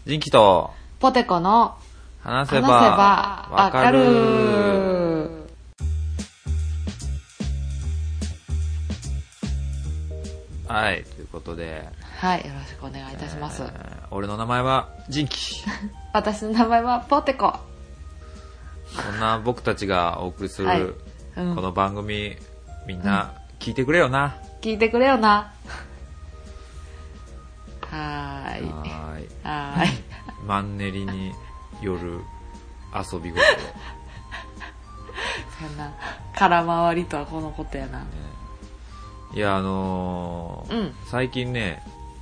人気とポテコの話せばわかる。はい、ということで、 はい、よろしくお願いいたします。 俺の名前は人気。 私の名前はポテコ。 そんな僕たちがお送りする、 はいこの番組、みんな聞いてくれよな。 聞いてくれよな。はーい。 はーい。マンネリによる遊び事。 そんな空回りとはこのことやな。 いや最近ね、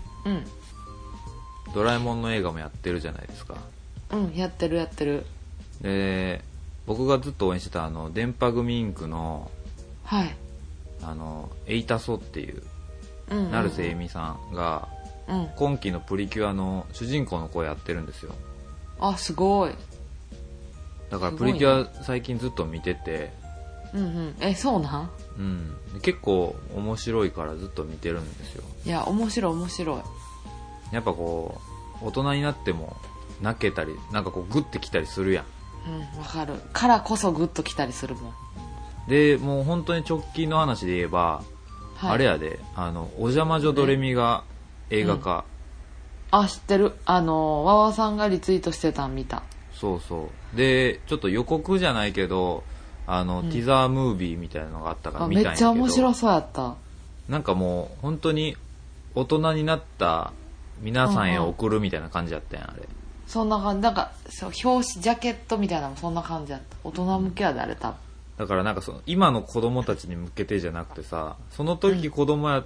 ドラえもんの映画もやってるじゃないですか。 やってるやってる。 で、僕がずっと応援してた電波組インクのはいエイタソっていう、成瀬恵美さんが、今期のプリキュアの主人公の声やってるんですよ。 あ、すごい。 だからプリキュア最近ずっと見てて、 そうなん？ 結構面白いからずっと見てるんですよ。 いや、面白い面白い。 やっぱこう大人になっても泣けたり、なんかこうグッてきたりするやん。 わかる。からこそグッときたりするもん。 で、もう本当に直近の話で言えば、あれやで、お邪魔女ドレミが映画化。 あ、知ってる。わわさんがリツイートしてたん見た。 そうそう。で、ちょっと予告じゃないけど、ティザームービーみたいなのがあったから見たんやけど、 めっちゃ面白そうやった。 なんかもう本当に大人になった皆さんへ送るみたいな感じやったやん、あれ。 そんな感じ。なんかそう表紙ジャケットみたいなのもそんな感じやった。大人向けやであれ多分。 だからなんか今の子供たちに向けてじゃなくてさ、その時子供やった、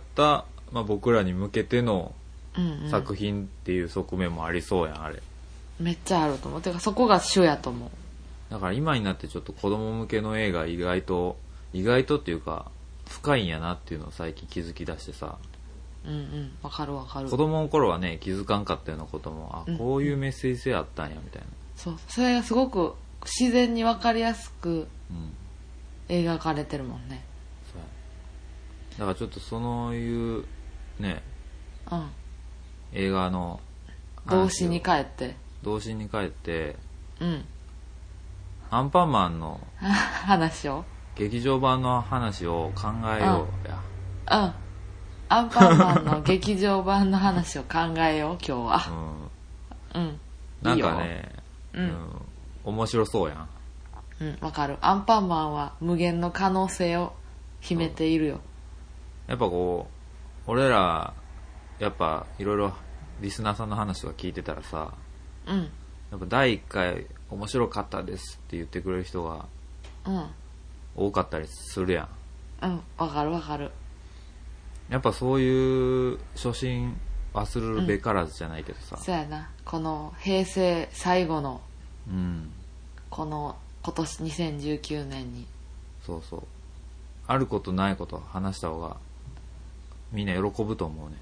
僕らに向けての作品っていう側面もありそうやん、あれ。 めっちゃあると思う。てかそこが主やと思う。 だから今になってちょっと子供向けの映画意外とっていうか深いんやなっていうのを最近気づき出してさ。 わかるわかる。 子供の頃はね、気づかんかったようなことも、こういうメッセージ性あったんやみたいな。 それがすごく自然に分かりやすく描かれてるもんね。 そうだからちょっとそういうね、映画の童心に帰ってアンパンマンの話を劇場版の話を考えようや。 アンパンマンの劇場版の話を考えよう今日は。 なんかね、面白そうやん。 わかる。アンパンマンは無限の可能性を秘めているよ。 やっぱこう俺らやっぱいろいろリスナーさんの話とか聞いてたらさ、やっぱ第1回面白かったですって言ってくれる人が多かったりするやん。 わかるわかる。 やっぱそういう初心忘れるべからずじゃないけどさ、 そうやな。この平成最後の、この今年2019年にそうそう、あることないこと話した方がみんな喜ぶと思うね。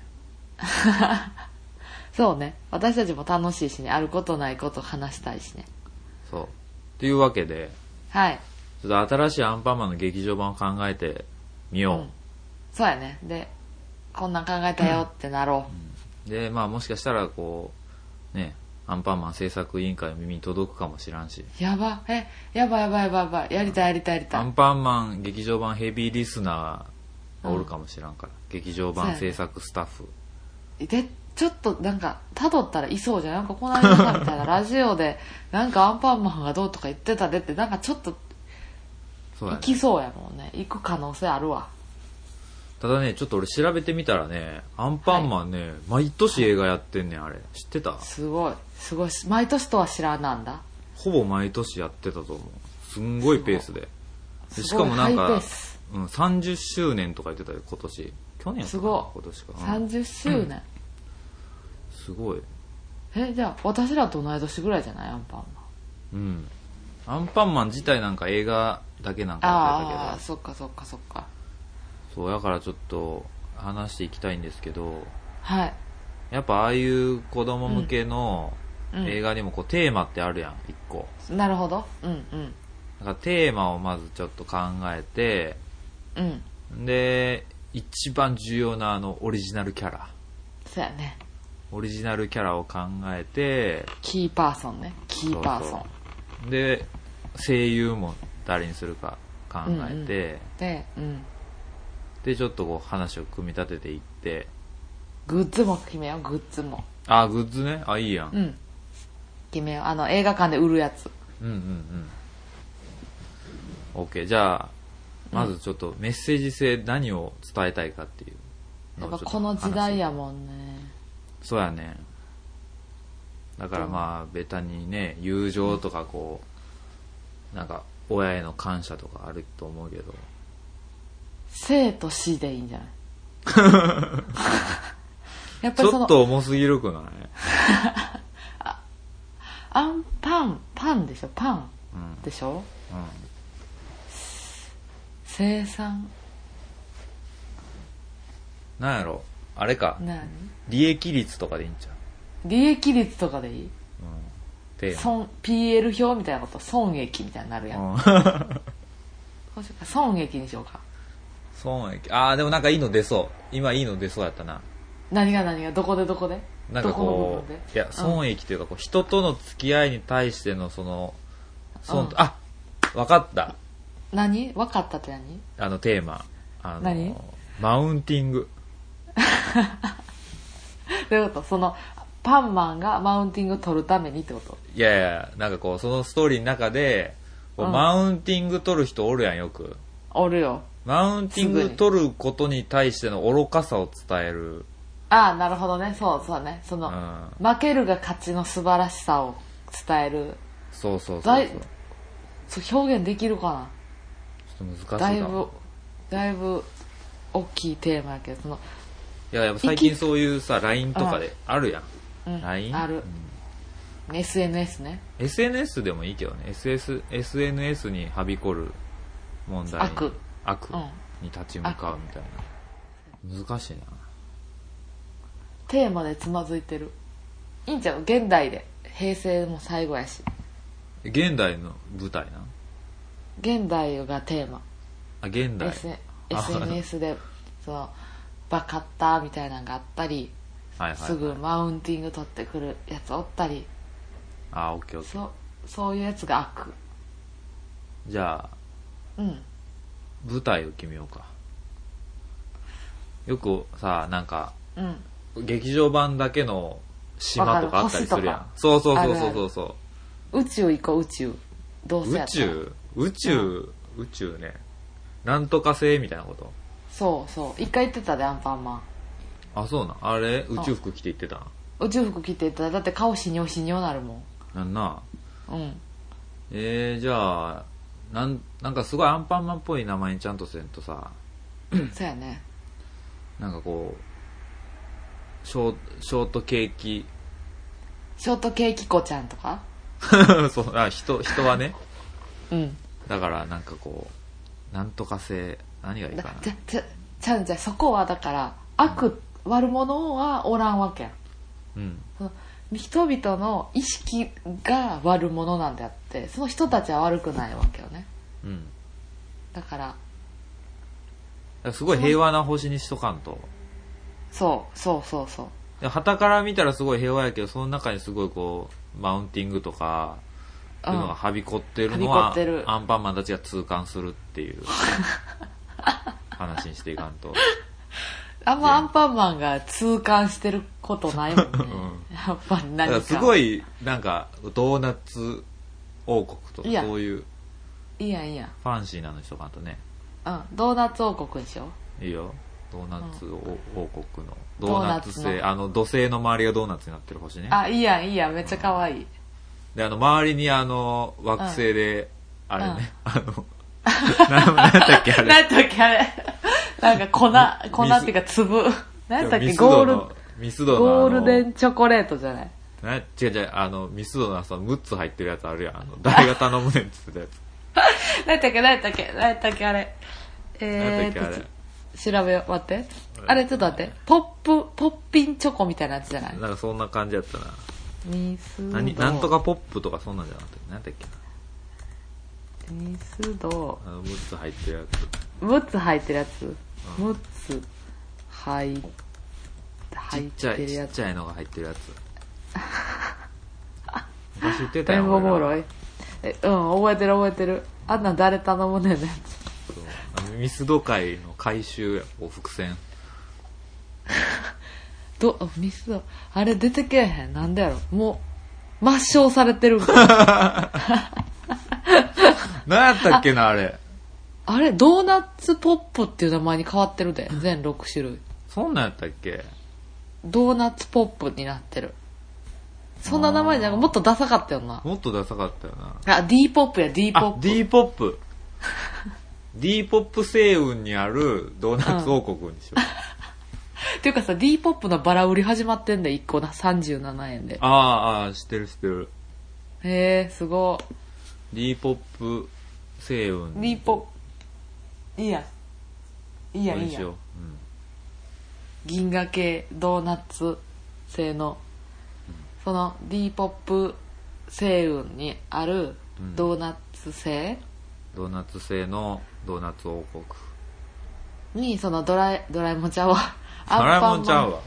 そうね。私たちも楽しいしね。あることないこと話したいしね。 そうというわけで、 はい、 ちょっと新しいアンパンマンの劇場版を考えてみよう。そうやね。で、こんなん考えたよってなろう。で、もしかしたらこうね、アンパンマン制作委員会の耳に届くかもしらんし。 やばいやりたい。 アンパンマン劇場版ヘビーリスナーがおるかもしらんから、劇場版制作スタッフで、ちょっとなんか辿ったらいそうじゃん。なんかこの間さみたいなラジオでなんかアンパンマンがどうとか言ってたでって、なんかちょっと行きそうやもんね。行く可能性あるわ。 ただね、ちょっと俺調べてみたらね、アンパンマンね、毎年映画やってんねん、あれ知ってた？ すごい毎年とは知らなんだ。 ほぼ毎年やってたと思う。すんごいペースで。しかもなんか、30周年とか言ってたよ、今年。去年かな、 すごい。 今年か。 30周年。 すごい。 じゃあ私らと同い年ぐらいじゃない？アンパンマン。 アンパンマン自体なんか映画だけなんかやったけど。 ああ、そっか。 そうだからちょっと話していきたいんですけど、 はい。 やっぱああいう子供向けの映画にもこうテーマってあるやん、一個。 なるほど。 だからテーマをまずちょっと考えて、で一番重要なオリジナルキャラそうやねオリジナルキャラを考えて、 キーパーソンね、キーパーソン。 そうそうで声優も誰にするか考えて、でちょっとこう話を組み立てていって、 グッズも決めよう、グッズも。 あ、グッズね。あ、いいやん。 決めよう。映画館で売るやつ。 OK。じゃあまずちょっとメッセージ性、何を伝えたいかっていうのをやっぱこの時代やもんね。 そうやね。だからまあベタにね、友情とかこうなんか親への感謝とかあると思うけど、 生と死でいいんじゃないやっぱりちょっと重すぎるくないパンでしょ、パンでしょ、生産なんやろ、あれか、利益率とかでいいんちゃう。 利益率とかでいい、PL 表みたいなこと、損益みたいになるやん、損益にしようか。 損益、ああでもなんかいいの出そう。今いいの出そうやったな。 何がどこでなんかこう、いや損益というかこう人との付き合いに対してのその損、あ、分かった。 分かったって何？ テーマ、 何？ マウンティング。 どういうこと？そのパンマンがマウンティングを取るためにってこと？ いやいや、なんかこうそのストーリーの中でマウンティング取る人おるやん、よく。 おるよ。 マウンティング取ることに対しての愚かさを伝える。 ああ、なるほどね。そうね。その、負けるが勝ちの素晴らしさを伝える。 そう。 表現できるかな。 ちょっと難しいか。 だいぶ大きいテーマやけど、その。 いやっぱ最近そういうさ、LINE とかであるやん。LINE？ ある。SNS ね。 SNS でもいいけどね。SNS にはびこる問題に。悪に立ち向かうみたいな。難しいな。 テーマでつまずいてる。いいんちゃう？現代で。平成も最後やし。 現代の舞台な。 現代がテーマ。 あ、現代。 SNS でそのバカッターみたいなのがあったり、すぐマウンティング取ってくるやつおったり。 あ、オッケー。 そういうやつが悪。 じゃあ、舞台を決めようか。よくさ、なんか、劇場版だけの島とかあったりするやん。そう。 宇宙行こう、宇宙。どうせやったら。 宇宙ね。なんとか星みたいなこと。 そう。一回言ってたで、アンパンマン。 あ、そうなん。あれ宇宙服着て行ってたん？ 宇宙服着て行ったら、だって顔しにょなるもん。 なんな。じゃあ、なんかすごいアンパンマンっぽい名前にちゃんとせんとさ。 そうやね。 なんかこう、ショートケーキ子ちゃんとかそう、人はね。だからなんかこう、なんとか性、何がいいかな。 じゃあそこはだから、悪者はおらんわけやん。人々の意識が悪者なんであって、その人たちは悪くないわけよね。だからすごい平和な星にしとかんと。 そう。 旗から見たらすごい平和やけど、その中にすごいこうマウンティングとかそういうのがはびこってるのは、アンパンマンたちが痛感するっていう話にしていかんと。 あんまアンパンマンが痛感してることないもんね。やっぱり何か。 すごいなんかドーナツ王国とかそういういいやファンシーなのにしとかんとね。 ドーナツ王国にしよう。 いいよ。ドーナツ王国のドーナツ星、土星の周りがドーナツになってる星ね。 いいやめっちゃ可愛い。 で周りに惑星であれね、何やったっけあれ。 なんか粉っていうか粒。何やったっけ、ゴールデンチョコレートじゃない。 違う、ミスドの6つ入ってるやつあるやん。誰が頼むねんっつってたやつ。 何やったっけあれ。調べよう。待って。あれちょっと待って。ポッピンチョコみたいなやつじゃない？ なんかそんな感じやったな。 ミスド。 なんとかポップとかそんなんじゃなくて。何だっけな。 ミスド。 6つ入ってるやつ。 6つ入ってるやつ。6つ入っ入ってるやつ。 ちっちゃいのが入ってるやつ。昔言ってたよ。 弁護ボロい。覚えてる。あんなん誰頼むねんね。 ミスド界の回収や、伏線。 ミスド、あれ出てけえへん。なんでやろ。もう、抹消されてるんか。 何やったっけな、あれ。 あれ、ドーナツポップっていう名前に変わってるで。全6種類。 そんなんやったっけ？ ドーナツポップになってる。そんな名前じゃなくもっとダサかったよな。 もっとダサかったよな。 D ポップや、D ポップ。 D ポップ。D ポップ星雲にあるドーナツ王国にしよう。 っていうかさ、D ポップのバラ売り始まってんだよ、1個な、37円で。 知ってる。 へえ、すごい。D ポップ星雲。 D ポップ。いいや。銀河系ドーナツ製の、その D ポップ星雲にあるドーナツ製、 ドーナツ製のドーナツ王国に、そのドラえもんちゃうわ。 ドラえもんちゃうわ。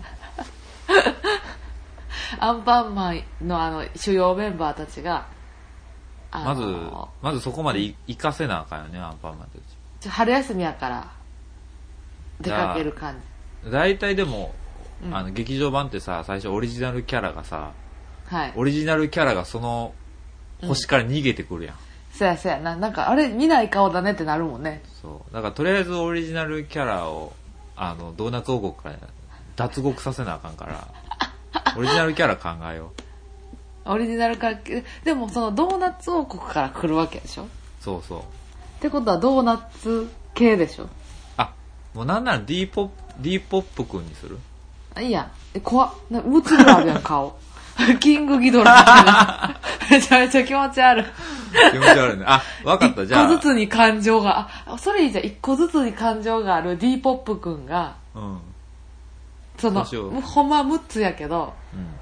アンパンマンの主要メンバーたちが、 まずそこまで行かせなあかんよね、アンパンマンたち。 春休みやから出かける感じ。 大体でも、劇場版ってさ、最初オリジナルキャラがさ、 はい、 オリジナルキャラがその星から逃げてくるやん。 そうやなんかあれ見ない顔だねってなるもんね。 そうだからとりあえずオリジナルキャラをドーナツ王国から脱獄させなあかんからオリジナルキャラ考えよう。オリジナルからでもそのドーナツ王国から来るわけでしょ。 そうってことはドーナツ系でしょ。 もうなんなら D ポップくんにする？ いいや怖っ、6つぐらいあるやん顔。キングギドラめちゃめちゃ気持ち悪い。 気持ち悪いね。わかった。じゃあ 1個ずつに感情が、それいいじゃん。1個ずつに感情がある D ポップくんが、そのほんまは6つやけど、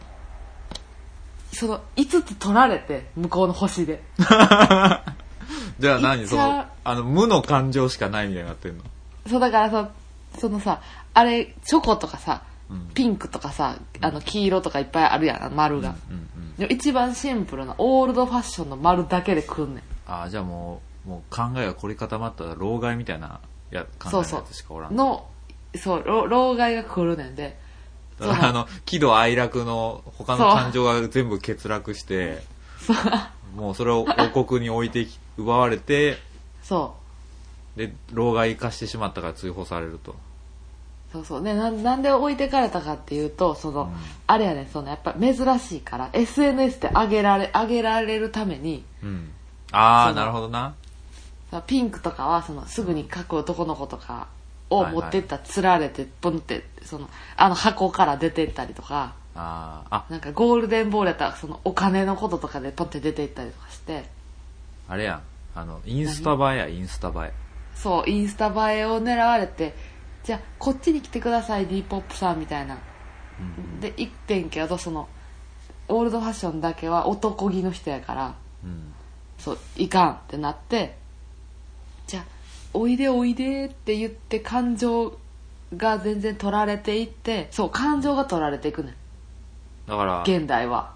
その5つ取られて向こうの星で。 じゃあ何無の感情しかないみたいになってんの？ そうだからそのさ、あれチョコとかさ、ピンクとかさ、黄色とかいっぱいあるやん、丸が。一番シンプルなオールドファッションの丸だけでくんねん。 じゃあもう考えが凝り固まったら老害みたいな考えのやつしかおらん。 老害が来るねんで。 喜怒哀楽の他の感情が全部欠落して、もうそれを王国に奪われて、で老害化してしまったから追放されると。 ね、なんで置いてかれたかっていうと、あれやね、やっぱ珍しいから SNS で上げられるために、 なるほどな。 ピンクとかはすぐに各男の子とかを持ってったら釣られてポンって箱から出てったりとか、なんかゴールデンボールやったらお金のこととかでポンって出ていったりとかして、 あれやん、インスタ映え。 そう、インスタ映えを狙われて、じゃあこっちに来てください D ポップさんみたいな、で行ってんけど、オールドファッションだけは男気の人やから、いかんってなって、じゃあおいでおいでって言って感情が全然取られていって、感情が取られていくねん。 だから現代は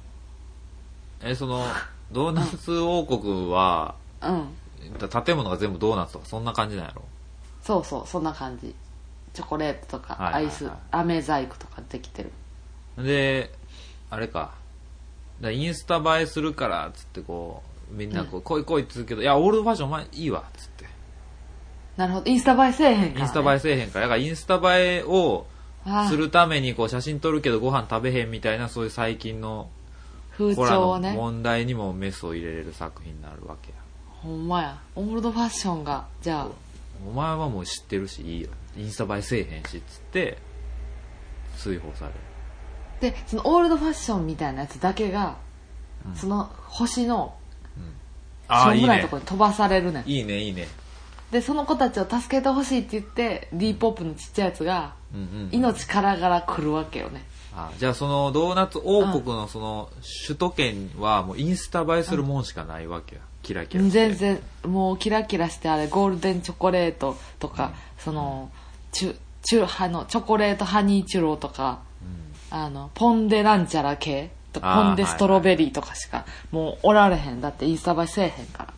ドーナツ王国は、建物が全部ドーナツとかそんな感じなんやろ？そんな感じ。チョコレートとかアイス、飴細工とかできてる。であれか、インスタ映えするからっつってみんな来い来いっつうけど、いやオールドファッションお前いいわっつって。 なるほど、インスタ映えせえへんから、ね、 インスタ映えせえへんから、だからインスタ映えをするために写真撮るけどご飯食べへんみたいな、そういう最近の風潮をね、 問題にもメスを入れれる作品になるわけや。 ほんまや、オールドファッションが、じゃあお前はもう知ってるしいいよ、インスタ映えせえへんしっつって追放される。 でオールドファッションみたいなやつだけが、その星のしょうもないところに飛ばされるねん。 いいね。 でその子たちを助けてほしいって言って D ポップのちっちゃいやつが、命からがら来るわけよね。 じゃあそのドーナツ王国の首都圏はもうインスタ映えするもんしかないわけや。キラキラして、 全然もうキラキラして、あれゴールデンチョコレートとか、チチョコレートハニーチュロとか、ポンデなんちゃら系とかポンデストロベリーとかしかもうおられへん。だってインスタ映えせえへんから。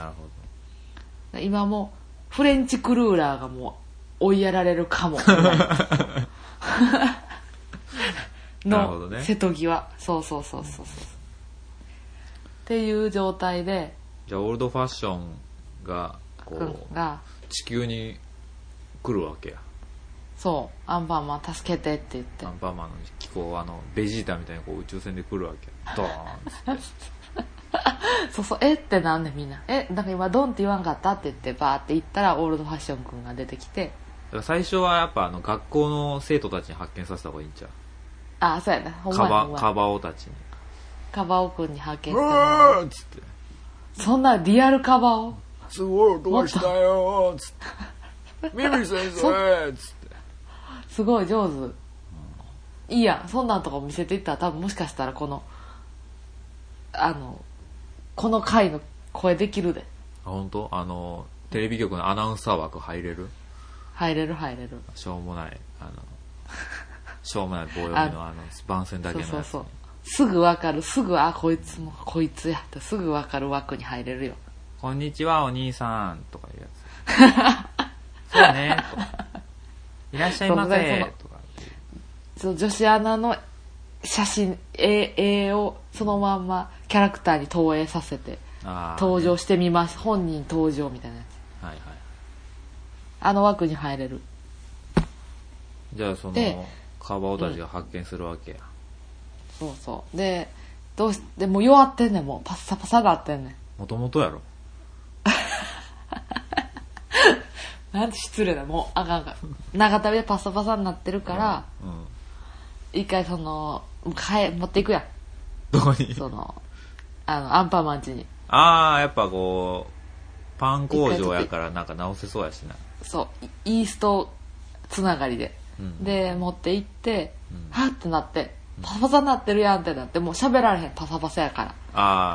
なるほど。今もうフレンチクルーラーがもう追いやられるかもの瀬戸際、そうっていう状態で、 じゃあオールドファッションがこう地球に来るわけや。 そう、アンパンマン助けてって言って、 アンパンマンの気候ベジータみたいにこう宇宙船で来るわけや。ドーンってそうってなんでみんななんか今ドンって言わんかったって言ってバーって言ったらオールドファッションくんが出てきて、だから最初はやっぱ学校の生徒たちに発見させた方がいいんちゃう。 そうやな、ほんまやカバオたちにカバオくんに発見してもらうっつって、そんなリアルカバオすごい音がしたよっつってミミ先生っつってすごい上手、いいやん。そんなんとか見せていったら多分もしかしたらこの回の声できるで。 本当？テレビ局のアナウンサー枠入れるしょうもない棒読みの番宣だけのやつ、そうすぐわかる、こいつもこいつやってすぐわかる枠に入れるよ。 こんにちはお兄さんとかいうやつそうねとかいらっしゃいませとか、 そう女子アナの写真絵をそのまんまキャラクターに投影させて登場してみます、本人登場みたいなやつ、 はいはい、 あの枠に入れる。 じゃあカバオたちが発見するわけや、 そうでもう弱ってんねん、もうパッサパサがあってんねん。 もともとやろなんて失礼だ、もうあかんか長旅でパッサパサになってるから、一回持っていくやん。 どこに？ アンパンマン家に。 やっぱこうパン工場やからなんか直せそうやしな。 そうイーストつながりで、で持って行って、はってなってパサパサになってるやんってなって、もう喋られへん、パサパサやから。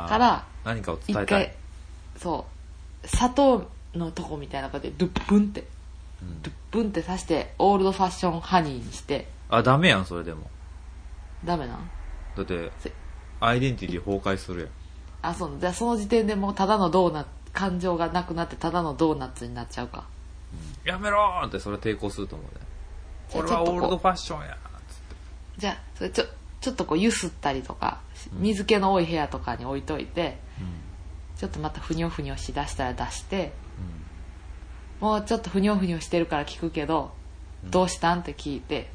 から何かを伝えたい。 砂糖のとこみたいな感じでドゥップンって刺してオールドファッションハニーにして。 ダメやんそれ。でもダメなん？ だってアイデンティティ崩壊するやん。 じゃあその時点でもうただの感情がなくなってただのドーナツになっちゃうか、 やめろーってそれ抵抗すると思うね。俺はオールドファッションやつって。 じゃあそれちょっとこうゆすったりとか、水気の多い部屋とかに置いといて、ちょっとまたふにょふにょしだしたら出して、もうちょっとふにょふにょしてるから聞くけど、どうしたんって聞いて、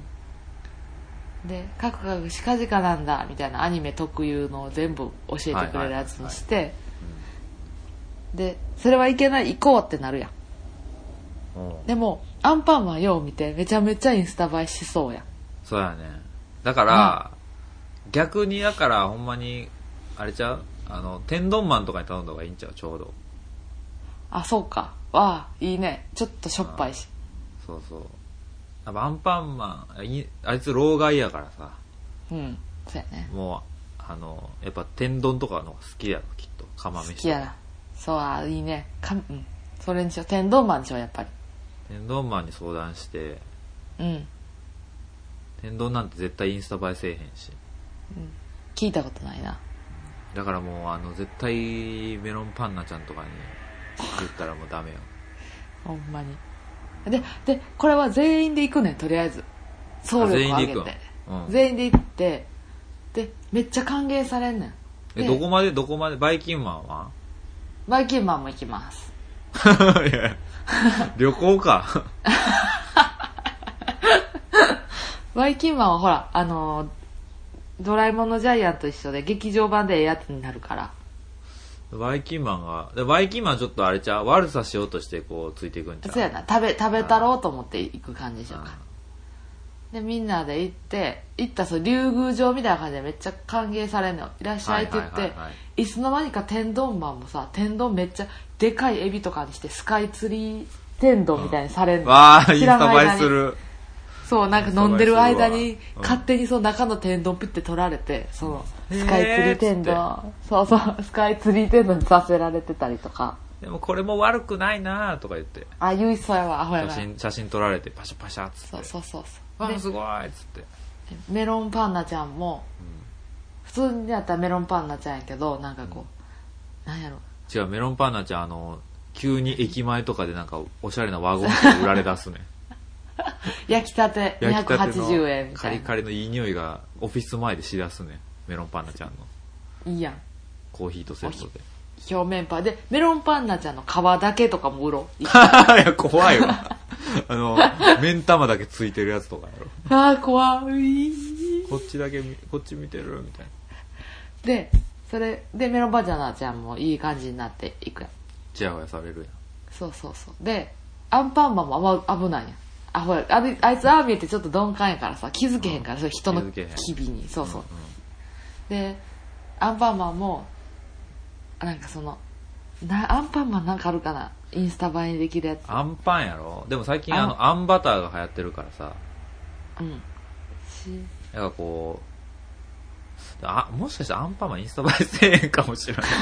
でカクカクしかじかなんだみたいなアニメ特有のを全部教えてくれるやつにして、でそれはいけない、行こうってなるやん。でもアンパンマンよう見てめちゃめちゃインスタ映えしそうやん。 そうやね。だから、逆にだからほんまにあれちゃう、天丼マンとかに頼んだ方がいいんちゃう、ちょうど。 そうか。いいね。ちょっとしょっぱいし。 そうやっぱアンパンマンあいつ老害やからさ。 そうやね。 もうやっぱ天丼とかの好きやろきっと。釜飯好きやな。そういいね。それにしよう。天丼マンにしよう、やっぱり。 天丼マンに相談して。天丼なんて絶対インスタ映えせえへんし。 聞いたことないな。 だからもう絶対メロンパンナちゃんとかに言ったらもうダメよ。 ほんまに。でこれは全員で行くねん、とりあえず総力を上げて全員で行って、でめっちゃ歓迎されんねん。 どこまでバイキンマンは？ バイキンマンも行きますいや旅行かバイキンマンはほらドラえもんのジャイアンと一緒で劇場版でやつになるから。 バイキンマンちょっとあれちゃう、悪さしようとしてこうついていくんちゃう。 そうやな、食べたろうと思って行く感じでしょうか。でみんなで行った竜宮城みたいな感じでめっちゃ歓迎されんのよ。いらっしゃいって言って、いつの間にか天丼マンもさ、天丼めっちゃでかいエビとかにしてスカイツリー天丼みたいにされんの。 インスタ映えする。 そう、なんか飲んでる間に勝手にその中の天丼ピッて取られて、スカイツリー天丼、スカイツリー天丼にさせられてたりとか。 でもこれも悪くないなとか言って。 あ、言いそうやわ、アホやな。 写真撮られてパシャパシャっつって。 そう。 あ、すごいっつって。 メロンパンナちゃんも、普通にやったらメロンパンナちゃんやけど、なんかこう、なんやろ。 違う、メロンパンナちゃん、急に駅前とかでなんかおしゃれなワゴンで売られ出すね。 焼きたて280円みたいな。 カリカリのいい匂いがオフィス前でしだすね。メロンパンナちゃんの。 いいやん。 コーヒーとセットで。 表面パンで、メロンパンナちゃんの皮だけとかも売ろう。いや、怖いわ。目ん玉だけついてるやつとかやろ。ああ、怖い。 こっちだけ、こっち見てるみたいな。 で、それでメロンパンナちゃんもいい感じになっていくやん。 チヤホヤされるやん。 そう。で、アンパンマンも危ないやん。あいつああ見えてちょっと鈍感やからさ、気づけへんから、それ人の機微に。そう。で、アンパンマンも、なんかアンパンマンなんかあるかな、インスタ映えにできるやつ。 アンパンやろ。でも最近アンバターが流行ってるからさ。なんかこう、もしかしてアンパンマンインスタ映えせえへんかもしれない。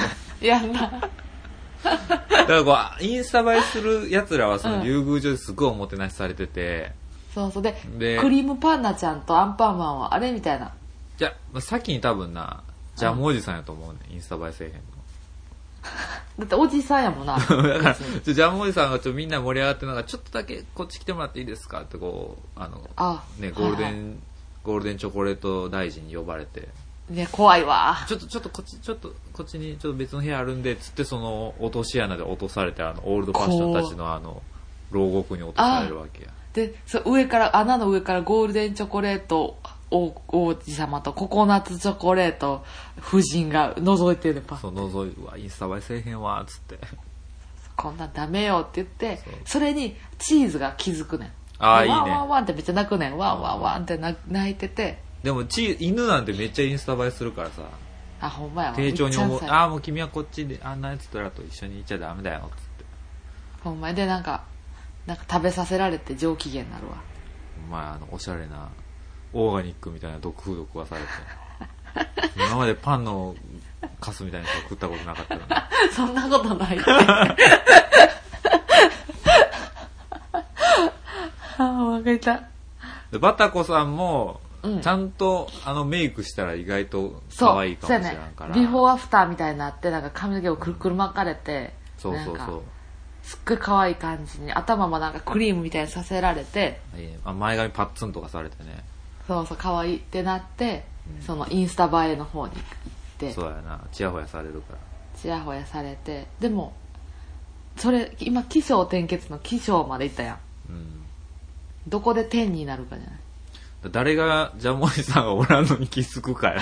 やんな。 だからこう、インスタ映えする奴らはその竜宮城ですごいおもてなしされてて。 そうで、クリームパンナちゃんとアンパンマンはあれみたいな。 じゃあ、先に多分な、ジャムおじさんやと思うね、インスタ映えせえへんの。 だっておじさんやもんな。だから、ジャムおじさんがみんな盛り上がって、なんかちょっとだけこっち来てもらっていいですかってこう、ね、ゴールデンチョコレート大臣に呼ばれて。 ね、怖いわ。 ちょっとこっちにちょっと別の部屋あるんで、つってその落とし穴で落とされて、オールドファッションたちの牢獄に落とされるわけや。 で、穴の上からゴールデンチョコレート王子様とココナッツチョコレート夫人が覗いてるね、 そう、覗いて、うわ、インスタ映えせえへんわ、つって。 こんなんダメよって言って、それにチーズが気づくねん。 ああ、いいね。 ワンワンワンってめっちゃ泣くねん。ワンワンワンって泣いてて。 でも犬なんてめっちゃインスタ映えするからさ。 あ、ほんまやわ。 丁重に思う。ああ、もう君はこっちであんなやつとらと一緒にいちゃダメだよ、つって。 ほんまやで、なんか食べさせられて上機嫌になるわ。 お前おしゃれなオーガニックみたいなドッグフード食わされて。今までパンのカスみたいな人食ったことなかったのに。 そんなことないって。わかった。 でバタコさんも、ちゃんとメイクしたら意外と可愛いかもしれんから。 ビフォーアフターみたいになって、なんか髪の毛をくるくる巻かれて、 そう。 すっごい可愛い感じに、頭もなんかクリームみたいにさせられて、 前髪パッツンとかされてね。 そう可愛いってなって、そのインスタ映えの方に行って。 そうやな、チヤホヤされるから。 チヤホヤされて、でもそれ今起承転結の起承まで行ったやん。どこで天になるかじゃない。 誰がジャムおじさんがおらんのに気づくかや。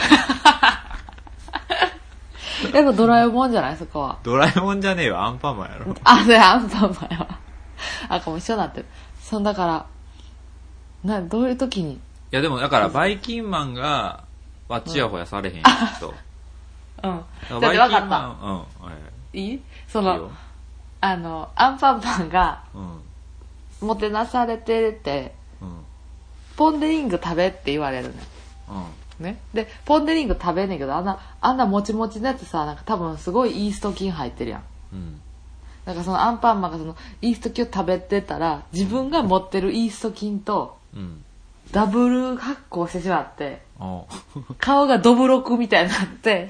やっぱドラえもんじゃない、そこは。 ドラえもんじゃねえよ、アンパンマンやろ。 それアンパンマンやわ。もう一緒になってる。だからどういう時に。 いやでもだからバイキンマンがチヤホヤされへん人。 だって分かった。いい？アンパンマンがもてなされてて、ポン・デ・リング食べって言われるね。でポン・デ・リング食べんねんけど、あんなもちもちのやつさ、なんか多分すごいイースト菌入ってるやん。だからそのアンパンマンがそのイースト菌を食べてたら、自分が持ってるイースト菌とダブル発酵してしまって、顔がドブロクみたいになって、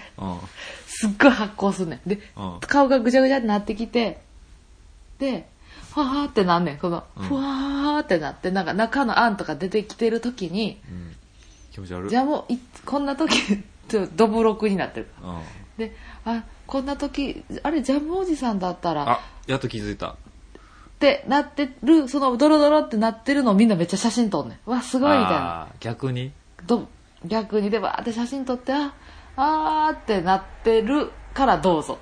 すっごい発酵すんねん。で、顔がぐちゃぐちゃになってきて、でふわーってなんねん。ふわーってなって、なんか中のあんとか出てきてる時に、 気持ち悪い。 じゃあもうこんな時ドブロクになってる。で、こんな時あれジャムおじさんだったら、 やっと気づいたってなってる、そのドロドロってなってるのをみんなめっちゃ写真撮んねん。わ、すごいみたいな。 逆にでバーって写真撮って、あーってなってるからどうぞ。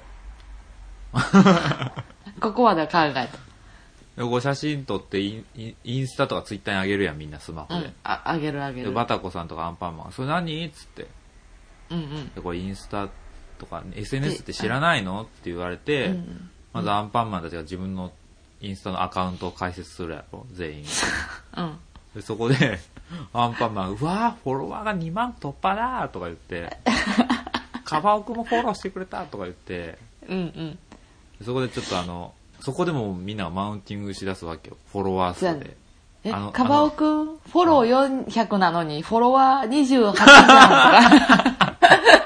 ここまでは考えた。 写真撮ってインスタとかツイッターにあげるやん、みんなスマホで。 あげる。 でバタコさんとかアンパンマン、それ何っつって。でこれインスタとか SNS って知らないのって言われて、まずアンパンマンたちが自分のインスタのアカウントを開設するやろ、全員。でそこでアンパンマン、うわーフォロワーが2万突破だとか言って、カバオくもフォローしてくれたとか言って、 そこでちょっとそこでもみんなマウンティングしだすわけよ、フォロワー数で。 カバオくんフォロー400なのにフォロワー28じゃんとか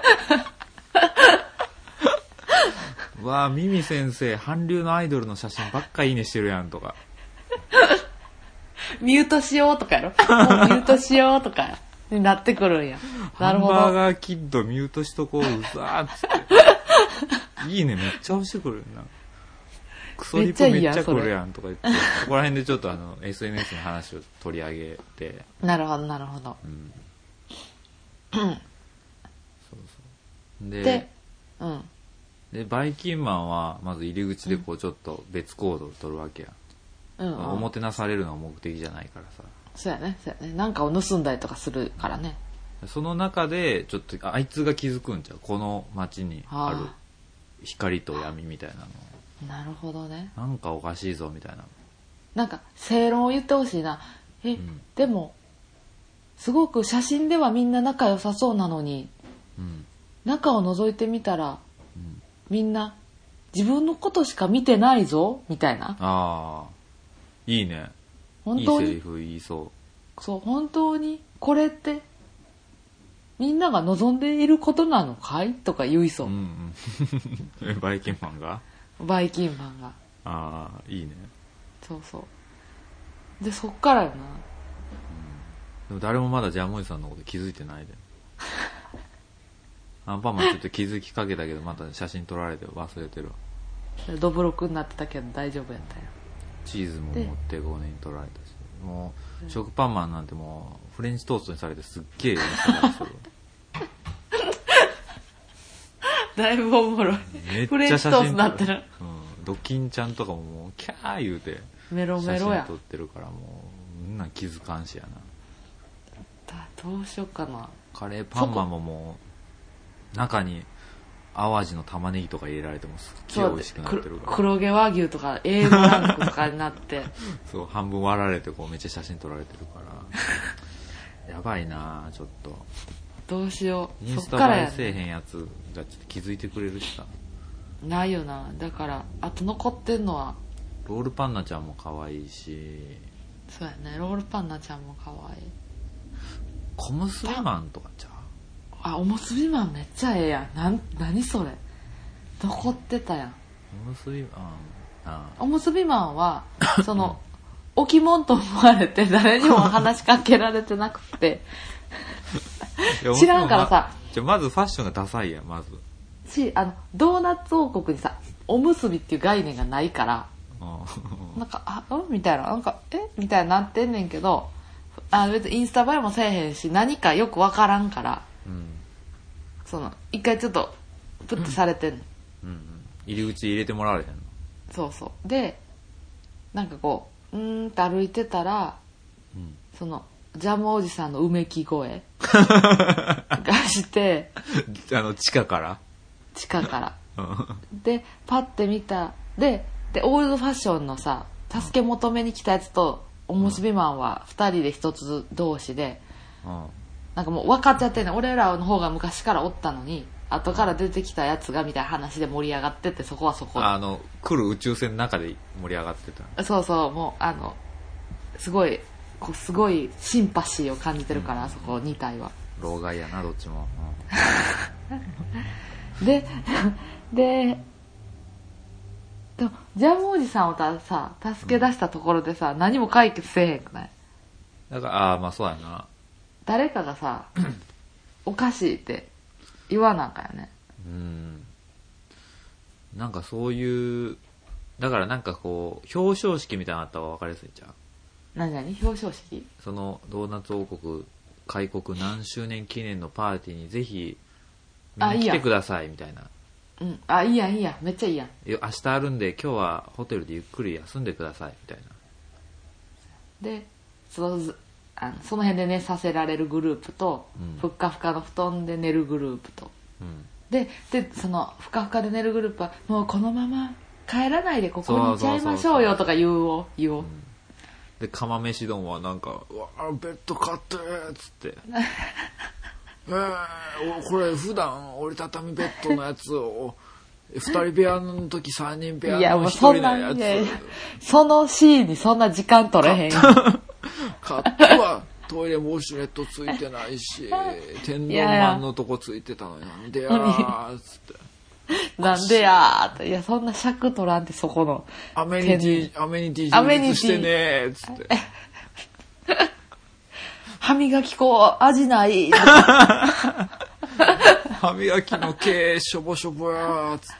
わあ、ミミ先生韓流のアイドルの写真ばっかいいねしてるやんとかミュートしようとかやろ、もうミュートしようとかになってくるんや。なるほど。 ハンバーガーキッドミュートしとこう、うざーっつっていいねめっちゃ押してくるな、クソリプめっちゃ来るやんとか言って、そこら辺でちょっとSNS の話を取り上げて。 なるほどなるほど、そうそうで、でバイキンマンはまず入り口でこうちょっと別行動を取るわけや、おもてなされるのが目的じゃないからさ。 そうやねそうやね、なんかを盗んだりとかするからね。 その中でちょっとあいつが気づくんちゃう、この街にある光と闇みたいなの。 なるほどね。 なんかおかしいぞみたいな。 なんか正論を言ってほしいな。でもすごく写真ではみんな仲良さそうなのに、中を覗いてみたら、みんな自分のことしか見てないぞみたいな。 ああ、いいね。 本当にいいセリフ言いそう。 そう、本当にこれってみんなが望んでいることなのかいとか言いそう。 バイキンマンがああ、いいね。 そうそうで、そっからよな。 でも誰もまだジャムおじさんのこと気づいてないでアンパンマンちょっと気づきかけたけどまた写真撮られて忘れてるわ。 ドブロクになってたけど大丈夫やったよ。 チーズも持って5年撮られたし、もう食パンマンなんてもうフレンチトーストにされてすっげえインスタ映えするだいぶおもろい。フレンチトーストになってる。 ドキンちゃんとかももうキャー言うてメロメロや写真撮ってるから、もうみんな気づかんしやな。どうしようかな。 カレーパンマンももう中に淡路の玉ねぎとか入れられてもすっげえ美味しくなってるから、 黒毛和牛とか A5 ランクとかになってそう半分割られてこうめっちゃ写真撮られてるからやばいなちょっと。 どうしよう。インスタ映えせえへんやつがちょっと気づいてくれるしさ。 ないよな。だからあと残ってんのはロールパンナちゃんも可愛いし。 そうやね、ロールパンナちゃんも可愛い。 小結びマンとかちゃう。 おむすびマンめっちゃええやん。何それ残ってたやん。 おむすびマン、 おむすびマンはその置物と思われて誰にも話しかけられてなくて知らんからさ。 まずファッションがダサいやん。まずドーナツ王国にさおむすびっていう概念がないからなんかみたいな、なんかみたいになってんねんけど、別にインスタ映えもせえへんし何かよくわからんから、その一回ちょっとプッてされてんの、 入り口入れてもらわれへんの。 そうそうでなんかこうって歩いてたら、そのジャムおじさんのうめき声がして地下からでパッて見たでオールドファッションのさ助け求めに来たやつとおむすびマンは2人で一つ同士で、なんかもう分かっちゃってんねん。俺らの方が昔からおったのに後から出てきたやつがみたいな話で盛り上がってて、そこはそこ来る宇宙船の中で盛り上がってた。 そうそう、もうすごいシンパシーを感じてるから、あそこ2体は老害やなどっちも、 でもジャムおじさんをさ助け出したところでさ、何も解決せえへんくない？ だからまあそうやな。 誰かがさおかしいって言わなんかよね。 なんかそういうだからなんかこう表彰式みたいなのあったら分かりやすいじゃん。 何表彰式？ そのドーナツ王国開国何周年記念のパーティーにぜひ見に来てくださいみたいな。 いいやんめっちゃいいやん。 明日あるんで今日はホテルでゆっくり休んでくださいみたいな。でその辺で寝させられるグループと、ふっかふかの布団で寝るグループと、でそのふかふかで寝るグループはもうこのまま帰らないでここにいちゃいましょうよとか言おう、 で釜飯丼はなんかうわベッド買ってっつってこれ普段折りたたみベッドのやつを 2人部屋の時3人部屋の1人のやつ。 そのシーンにそんな時間取れへんよ。 カットはトイレもウォシュレットついてないし、天丼マンのとこついてたのになんでやーっつって。 なんでやーって。いや、そんな尺取らんって、そこの。 アメニティ充実してねーっつって。 歯磨き粉味ない。 歯磨きの毛しょぼしょぼやーっつって。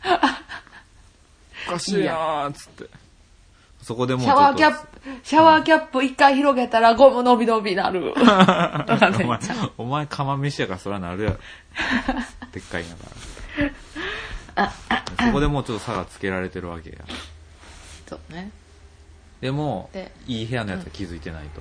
おかしいやーっつって。そこでもうシャワーキャップ一回広げたらゴム伸び伸びなる。 お前釜飯やからそらなるやろ。でっかいんやから。そこでもうちょっと差がつけられてるわけや。 そうね。 でもいい部屋のやつは気づいてないと。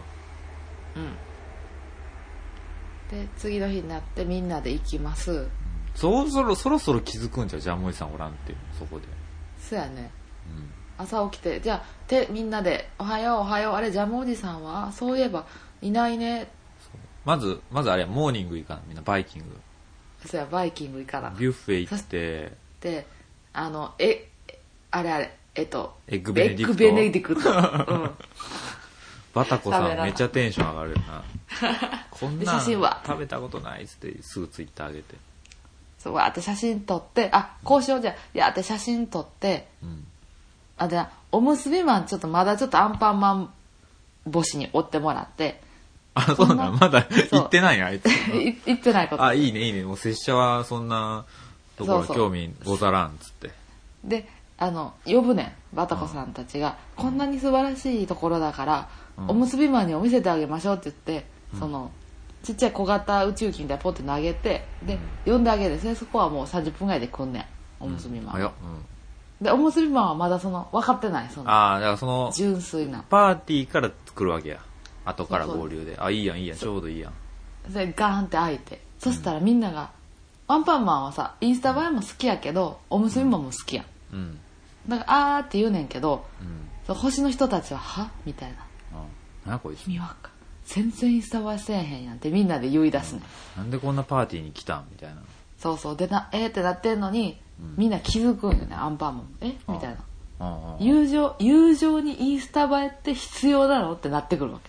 で次の日になってみんなで行きます。 そろそろ気づくんじゃう、ジャムおじさんおらんっていうそこで。 そうやね。朝起きてじゃあみんなでおはようおはよう、あれジャムおじさんはそういえばいないね。 まずあれやモーニング行かな、みんなバイキング。 そうや、バイキング行かな。 ビュッフェ行ってであれエッグベネディクト、バタコさんめっちゃテンション上がるよな。こんなん食べたことないっつってすぐツイッター上げて、 そうわーって写真撮って、こうしようじゃいやって写真撮って、でおむすびマンちょっとまだちょっとアンパンマン星に追ってもらって。 そうなん、まだ行ってないあいつ。 行ってないこと。 いいねもう拙者はそんなところ興味ござらんっつって。 で呼ぶねんバタコさんたちが、こんなに素晴らしいところだから、おむすびマンにも見せてあげましょうって言って、そのちっちゃい小型宇宙機みたいなポッて投げて、で呼んであげる。そこはもう30分ぐらいで来んねんおむすびマン、でおむすびマンはまだ分かってない、 だからその純粋なパーティーから作るわけや、後から合流で。いいやんちょうどいいやん。 それガーンって開いて、そしたらみんなが、アンパンマンはさインスタ映えも好きやけどおむすびマンも好きやん、だからって言うねんけど、星の人たちははみたいな、 何こいつ君は全然インスタ映えせえへんやんってみんなで言い出すね、 なんでこんなパーティーに来たんみたいな。 そうでってなってんのに、みんな気づくんよね、アンパンマンみたいな。友情にインスタ映えって必要なのってなってくるわけ。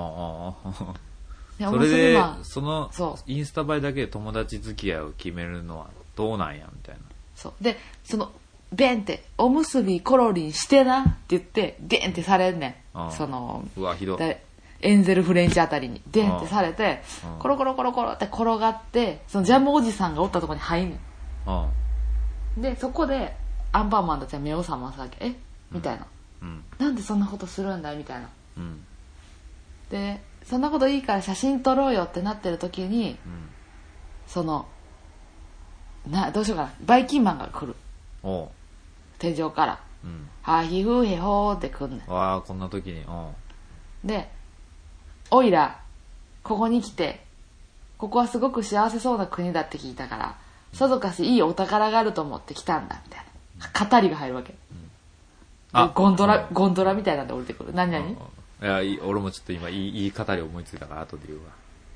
それでそのインスタ映えだけで友達付き合いを決めるのはどうなんやみたいな。 そうでベンっておむすびコロリンしてなって言ってデンってされんねん。 うわひどい。 エンゼルフレンチあたりにデンってされて、コロコロコロコロって転がって、そのジャムおじさんがおったところに入んねん。でそこでアンパンマンたちは目を覚ますわけ。みたいな、なんでそんなことするんだみたいな、でそんなこといいから写真撮ろうよってなってる時に、どうしようかな、バイキンマンが来る。天井から、はひふへほーって来んねん。 わあこんな時に。 でおいらここに来て、ここはすごく幸せそうな国だって聞いたから、さぞかしいいお宝があると思って来たんだみたいな語りが入るわけ、ゴンドラみたいなんで降りてくる。何々、 いや俺もちょっと今いい語り思いついたから後で言う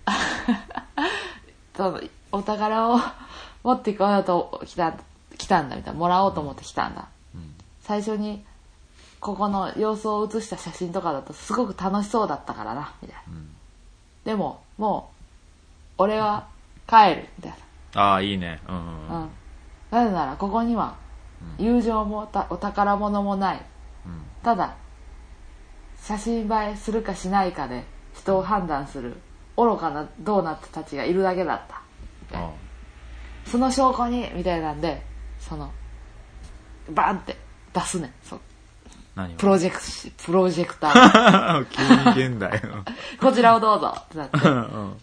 わ。お宝を持っていこうと来たんだみたいな、もらおうと思って来たんだ、最初にここの様子を写した写真とかだとすごく楽しそうだったからなみたいな、でももう俺は帰るみたいな。 いいね。 なぜならここには友情もお宝物もない、ただ写真映えするかしないかで人を判断する愚かなドーナツたちがいるだけだった、その証拠にみたいなんで、バンって出すねん。 何プロジェクター急に現代こちらをどうぞってなって、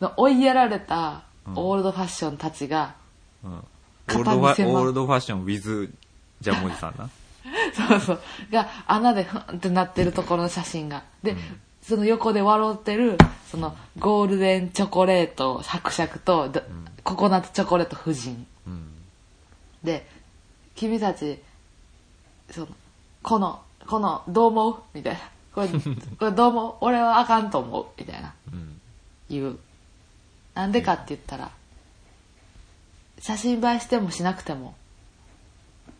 追いやられたオールドファッションたちが、 オールドファッション with ジャムおじさんなそうが穴でフンってなってるところの写真がで、その横で笑ってるそのゴールデンチョコレート伯爵と、ココナッツチョコレート夫人、で君たちこのどう思うみたいな、これどう思う、俺はあかんと思うみたいな、言う。なんでかって言ったら、写真映えしてもしなくても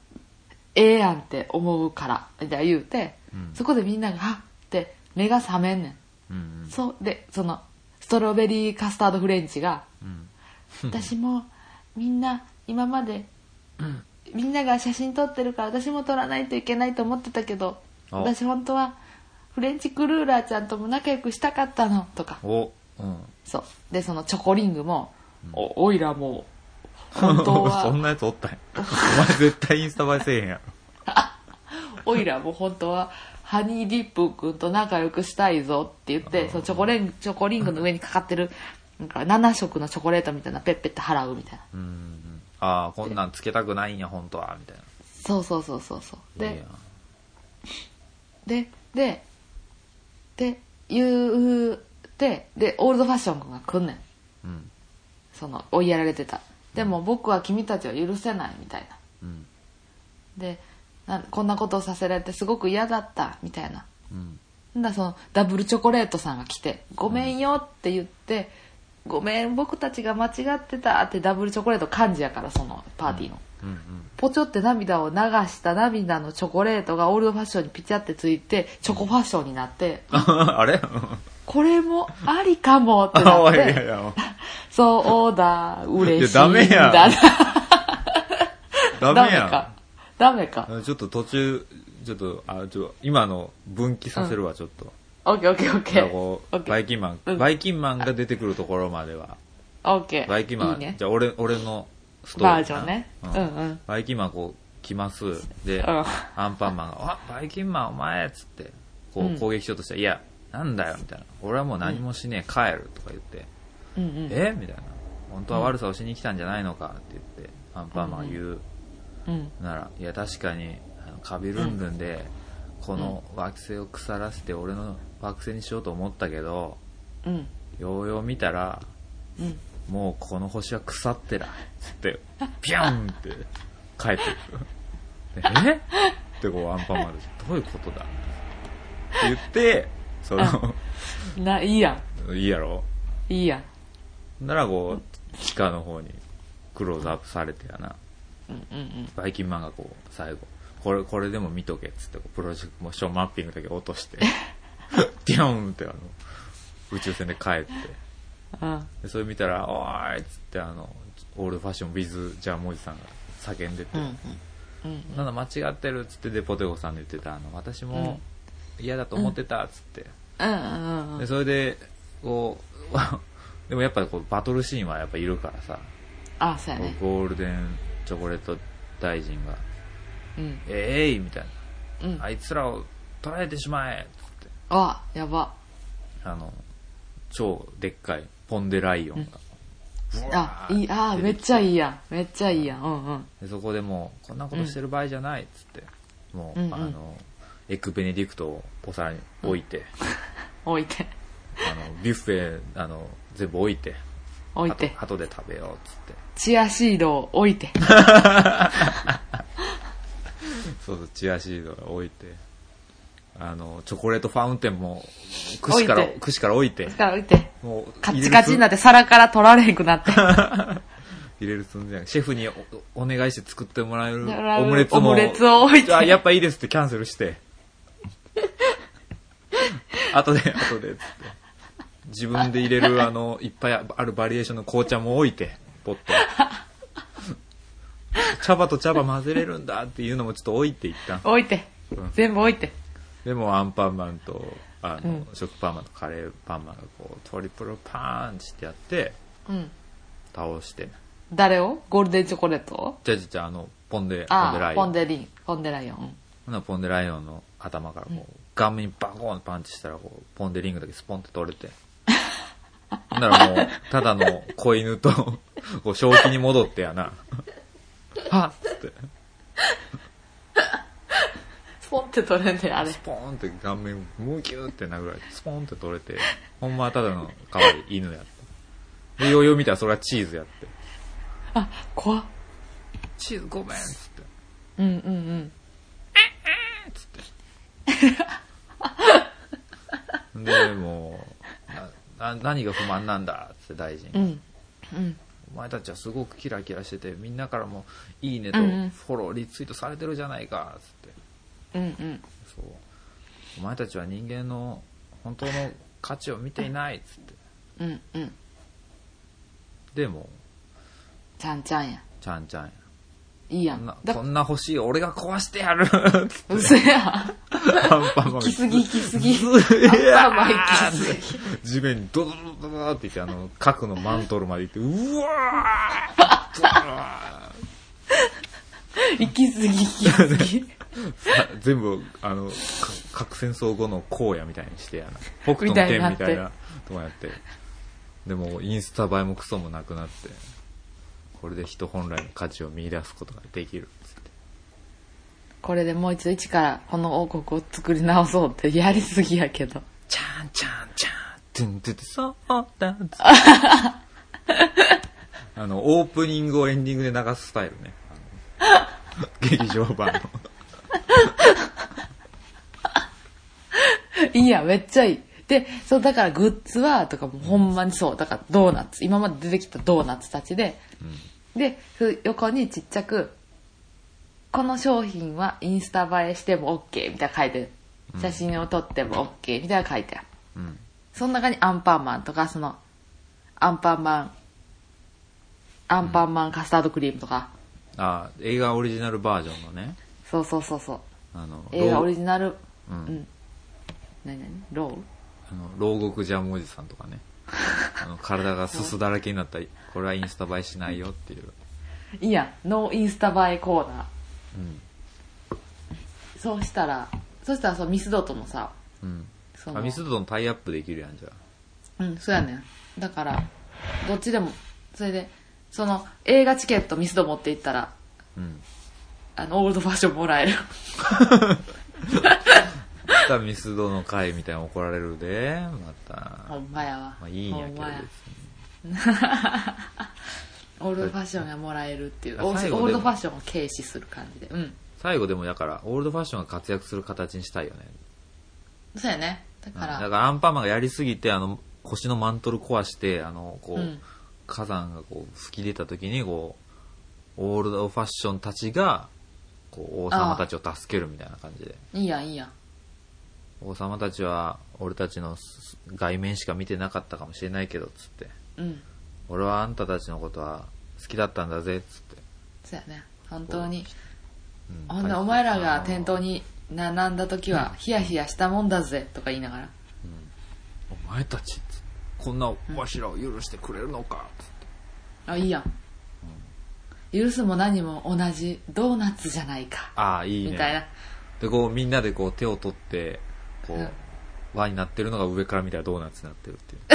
ええやんって思うからみたいな言うて、そこでみんながはっって目が覚めんねん、そうでそのストロベリーカスタードフレンチが、私もみんな今まで、みんなが写真撮ってるから私も撮らないといけないと思ってたけど、私本当はフレンチクルーラーちゃんとも仲良くしたかったのとか、そうでそのチョコリングも、おいらも本当はそんなやつおったんやお前絶対インスタ映えせえへんやろおいらも本当はハニーディップ君と仲良くしたいぞって言って、そのチョコリングの上にかかってるなんか7色のチョコレートみたいなペッペッて払うみたいな、 ああこんなんつけたくないんや本当はみたいな、 そうで言うてでオールドファッション君が来んねん、その追いやられてた、でも僕は君たちを許せないみたいな、でこんなことをさせられてすごく嫌だったみたいな、だそのダブルチョコレートさんが来てごめんよって言って、ごめん僕たちが間違ってたって、ダブルチョコレート幹事やからそのパーティーの、ポチョって涙を流した涙のチョコレートがオールドファッションにピチャってついてチョコファッションになってあれこれもありかもってなっていやそうだ嬉しいんだダメやダメかちょっと途中ちょっと今の分岐させるわ、ちょっとオッケーバイキンマンが出てくるところまではオッケーバイキンマンいい、ね、じゃあ俺のストーリーバージョンね、 バイキンマンこう来ますで、アンパンマンが「あバイキンマンお前」っつってこう攻撃しようとしたら「いやなんだよ」みたいな「俺はもう何もしねえ帰る」とか言って「えみたいな「本当は悪さをしに来たんじゃないのか」って言ってアンパンマンが言う、なら「いや確かにカビルンルンでこの惑星を腐らせて俺の惑星にしようと思ったけど、ようよう見たら、もうこの星は腐ってら」つってピャンって帰ってくるえってこうアンパンマンでどういうことだって言ってそのいいやんいいやろいいやならこう地下の方にクローズアップされてやな、バイキンマンがこう最後これでも見とけっつってプロジェクモーションマッピングだけ落としてディョンって宇宙船で帰って、でそれ見たら「おーい」っつってオールファッション with ジャーモジさんが叫んでて「なんだ間違ってる」っつってでポテコさんで言ってた私も嫌だと思ってたっつって、でそれでこうでもやっぱりこうバトルシーンはやっぱいるからさ、 そうやね、 ゴールデンチョコレート大臣がみたいな、あいつらを捕らえてしまえっつってやば超でっかいポンデライオンが、めっちゃいいやんめっちゃいいやん、 でそこでもうこんなことしてる場合じゃないっつって、もう、エッグベネディクトをお皿に置いて、ビュッフェ全部置いて後で食べようっつってチアシードを置いてそうチアシードを置いてチョコレートファウンテンも串から置いてもうカッチカチになって皿から取られへんくなって入れる寸前シェフに お願いして作ってもらえるオムレツを置いてやっぱいいですってキャンセルして後でっつって自分で入れるいっぱいあるバリエーションの紅茶も置いてポット茶葉と茶葉混ぜれるんだっていうのもちょっと置いていった全部置いてでもアンパンマンと食パンマンとカレーパンマンがこうトリプルパンチってやって、倒して誰をゴールデンチョコレートじゃポンデライオンポンデライオン、 ポンデライオンの頭からこう、顔面にバコーンパンチしたらこうポンデリングだけスポンって取れてだからもうただの子犬とこう正気に戻ってやなはっつってスポンって取れんねあれスポーンって顔面ムキューって殴られてスポーンって取れてほんまはただの可愛い犬やったでようよう見たらそれはチーズやって怖っチーズごめんっつってつってでもう何が不満なんだっつって大臣、 お前たちはすごくキラキラしててみんなからもいいねとフォローリツイートされてるじゃないかつって、そうお前たちは人間の本当の価値を見ていないっつって、でもちゃんちゃんやいいやんこんな欲しい俺が壊してやるうそやアンパンマン行き過ぎアンパンマン行き過ぎ地面にドドドドドって言って核のマントルまで行ってうわー行き過ぎ全部核戦争後の荒野みたいにして北斗の剣みたいなとこやってでもインスタ映えもクソもなくなってこれで人本来の価値を見出すことができるっつってこれでもう一度一からこの王国を作り直そうってやりすぎやけどチャンチャンチャントゥントゥトゥそうだっつってオープニングをエンディングで流すスタイルね劇場版のいいやめっちゃいいでそうだからグッズはとかもほんまにそうだからドーナツ今まで出てきたドーナツたちで、で横にちっちゃくこの商品はインスタ映えしても OK みたいな書いてる、写真を撮っても OK みたいな書いてある、その中にアンパンマンとかそのアンパンマンカスタードクリームとか、 映画オリジナルバージョンのねそう映画オリジナル何ロー牢獄ジャムおじさんとかね体がすすだらけになったこれはインスタ映えしないよっていういやノーインスタ映えコーナー、そしたらそうミスドとのさ、 ミスドとのタイアップできるやんじゃそうやねんだからどっちでもそれでその映画チケットミスド持って行ったら、オールドファッションもらえるミスドの会みたいな怒られるでまたほんまやわ、 いいんやけど別にオールドファッションがもらえるっていうオールドファッションを軽視する感じで、 最後でもだからオールドファッションが活躍する形にしたいよね。 そうやねだからアンパンマンがやりすぎて星のマントル壊して火山が吹き出た時にオールドファッションたちが王様たちを助けるみたいな感じでいいやん王様たちは俺たちの外面しか見てなかったかもしれないけどつって、俺はあんたたちのことは好きだったんだぜつってそうやね本当に、お前らが店頭に並んだ時はヒヤヒヤしたもんだぜとか言いながら、 お前たちこんなわしらを許してくれるのかつって、 いいやん、許すも何も同じドーナツじゃないかいいねみたいなでみんなで手を取って輪になってるのが上から見たらドーナツになってるっていう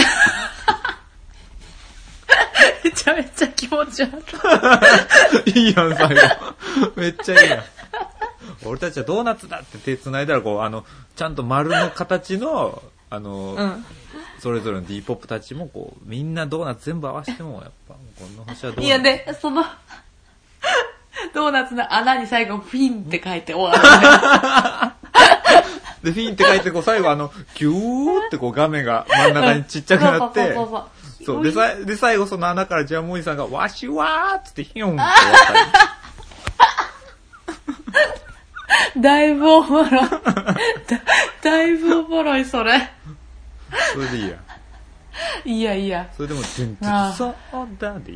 めちゃめちゃ気持ち悪いいいやん最後めっちゃいいやん俺たちはドーナツだって手つないだらちゃんと丸の形のそれぞれの D ポップたちもみんなドーナツ全部合わせてもやっぱこの星はドーナツいやでそのドーナツの穴に最後フィンって書いて終わるでフィンって書いて最後キューって画面が真ん中にちっちゃくなってそうで最後その穴からジャムおじさんがわしはーっつってヒヨンって終わっただいぶおもろいだいぶおもろいそれでいいやいやそれでも全然そうだでいい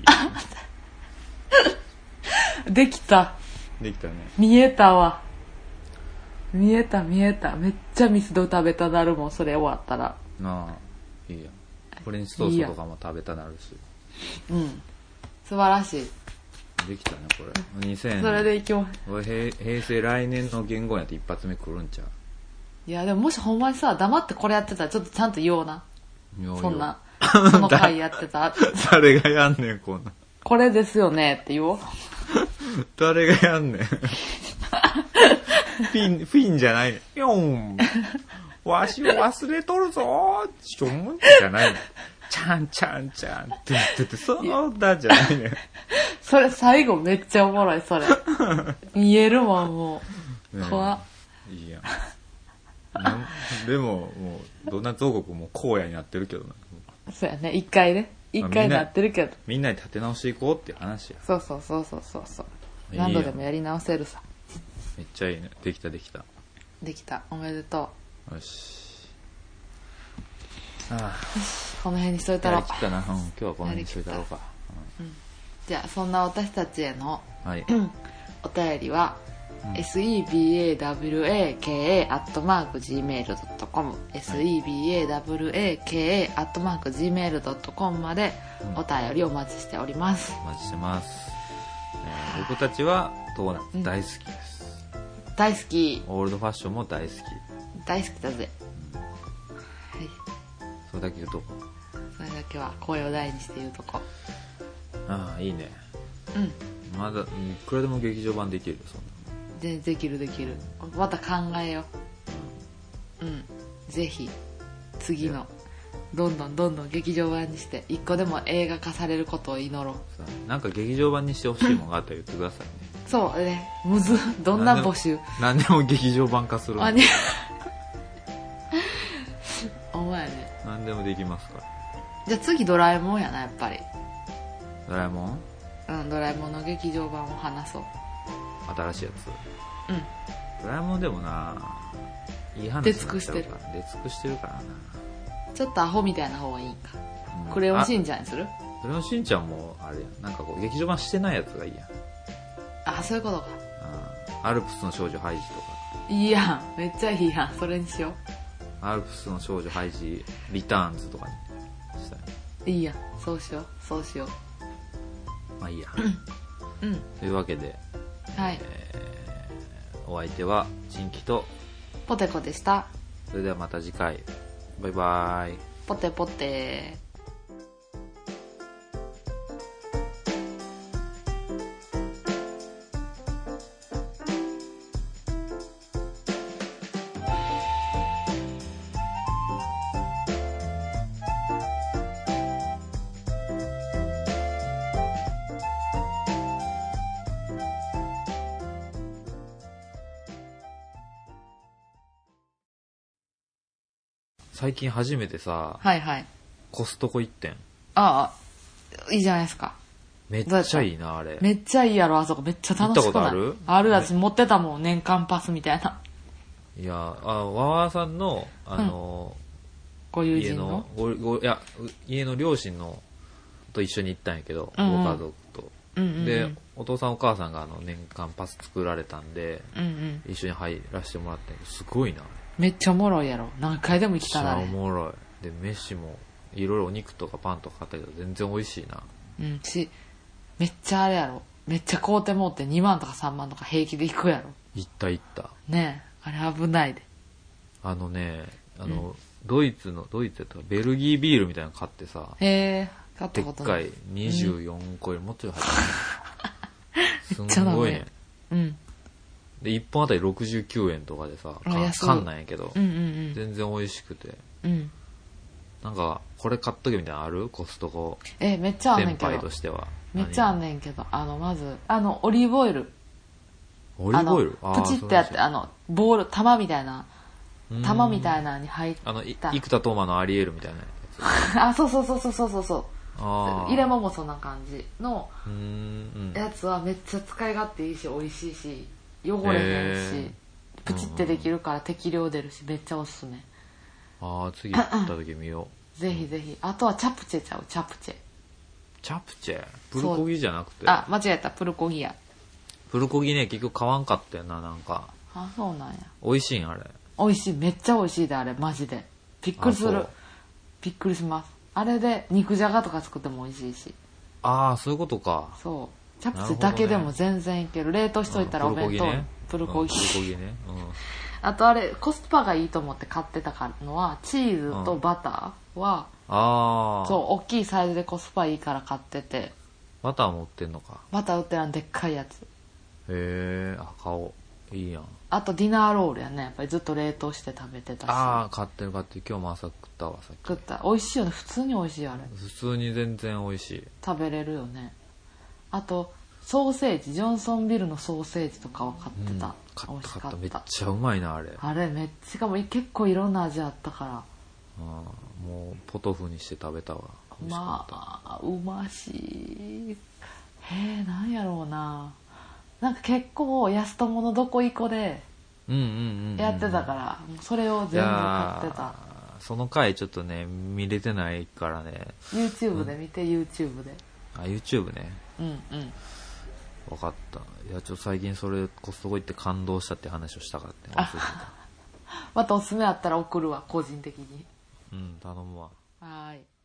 できたね見えたわ見えためっちゃミスド食べたなるもんそれ終わったらいいやフレンチトーストとかも食べたなるし素晴らしいできたねこれ2000 それでいきます平成来年の言語やって一発目来るんちゃういやでももしほんまにさ黙ってこれやってたらちょっとちゃんと言おうなそんなその回やってた誰がやんねんこんなこれですよねって言おう誰がやんねんフィンじゃないねんよんわしを忘れとるぞちょんじゃないねんちゃんってそうだじゃないねんそれ最後めっちゃおもろいそれ見えるわもう、怖っいいやでももうドーナツ王国も荒野になってるけどなそうやね一回一回なってるけど、 みんなに立て直していこうっていう話や。 そう何度でもやり直せるさ。 めっちゃいいね。できた。 できた。おめでとう。よし。ああ、 この辺にしといたろう。 やりきったな。今日はこの辺にしといたろうか。 じゃあそんな私たちへの、 はい、 お便りは、sebawaka@gmail.com sebawaka@gmail.com までお便りお待ちしております。 お待ちしてます。僕たちはドーナツ大好きです。 大好き。 オールドファッションも大好き。 大好きだぜ。はい。 それだけ言うとこ。 それだけは声を大にして言うとこ。 ああ、いいね。まだいくらでも劇場版できるよ、そんな。 できる。また考えよう。ぜひ次のどんどん劇場版にして一個でも映画化されることを祈ろう。 なんか劇場版にしてほしいものがあったら言ってくださいね。 そうね。どんな募集。 何でも劇場版化する。 お前ね。 何でもできますから。 じゃあ次ドラえもんやな、やっぱり。 ドラえもん？ ドラえもんの劇場版を話そう。 新しいやつ。ドラえもんでもないい話になっちゃうから。出尽くしてるからな。 ちょっとアホみたいな方がいいんか。クレヨンしんちゃんにする？ クレヨンしんちゃんもあれや、なんかこう劇場版してないやつがいいや。 あ、そういうことか。 アルプスの少女ハイジとか。いいやん、めっちゃいいやん。それにしよう。 アルプスの少女ハイジリターンズとかにしたい。 いいやん、そうしよう。 まあいいや。というわけで、 はい、 お相手はチンキとポテコでした。 それではまた次回。バイバイ。 ポテポテ。 最近初めてさ、コストコ行ってん。 ああ、いいじゃないですか。 めっちゃいいな、あれ。 めっちゃいいやろ、あそこ。めっちゃ楽しくない？ 行ったことある？ あるやつ持ってたもん、年間パスみたいな。 いや、わわさんの、 ご友人の家の両親のと一緒に行ったんやけど、ご家族と。で、お父さんお母さんが年間パス作られたんで、一緒に入らせてもらったんやけど、すごいな。 めっちゃおもろいやろ。何回でも行きたな。 めっちゃおもろい。で、飯も、いろいろお肉とかパンとか買ったけど、全然美味しいな。 めっちゃあれやろ。めっちゃ買うてもうって2万とか3万とか平気で行くやろ。 行った。 ねえ、あれ危ないで。 ドイツやったらベルギービールみたいなの買ってさ。 買ったことない。 でっかい24個よりもっちょい入ってる。すんごいね。で、1本あたり69円とかでさ、缶なんやけど、全然美味しくて。なんか、これ買っとけみたいなのある？コストコ。 めっちゃあんねんけど。 先輩としては。 めっちゃあんねんけど、まず、オリーブオイル。 オリーブオイル？ プチってやって、ボール、玉みたいなのに入った。 生田斗真のアリエルみたいなやつ。そう。入れ物もそんな感じのやつはめっちゃ使い勝手いいし、美味しいし、汚れへんし、プチってできるから適量出るし、めっちゃおすすめ。 次行った時見よう。ぜひぜひ。あとはチャプチェちゃう、チャプチェ。 チャプチェ？プルコギじゃなくて。 間違えた、プルコギや。 プルコギね、結局買わんかったよな、なんか。 そうなんや。 美味しいんあれ。 美味しい、めっちゃ美味しいで、あれ、マジで。びっくりする。びっくりします。あれで肉じゃがとか作っても美味しいし。 そういうことか。 そう。チャプチェだけでも全然いける。冷凍しといたらお弁当に。プルコギね。あとあれ、コスパがいいと思って買ってたのは、チーズとバターは、そう、大きいサイズでコスパいいから買ってて。 バター持ってんのか。 バター売ってるのでっかいやつ。 買おう。いいやん。 あとディナーロールやね。やっぱりずっと冷凍して食べてたし。 買ってる。今日も朝食ったわ、さっき。 食った。美味しいよね。普通に美味しい、あれ。 普通に全然美味しい。 食べれるよね。あと、ソーセージ、ジョンソンビルのソーセージとかを買ってた。 買った。めっちゃうまいな、あれ。 あれ、しかも結構いろんな味あったから。 もう、ポトフにして食べたわ。 まあうまし。なんやろうな、なんか結構安友のどこいこでやってたから、それを全部買ってた。 その回ちょっとね見れてないからね。 YouTube で見て、YouTube で。 YouTube ね。 うんうん。 分かった。いやちょっと最近それコストコ行って感動したって話をしたからって忘れてた。 またおすすめあったら送るわ、個人的に。 頼むわ。 はい。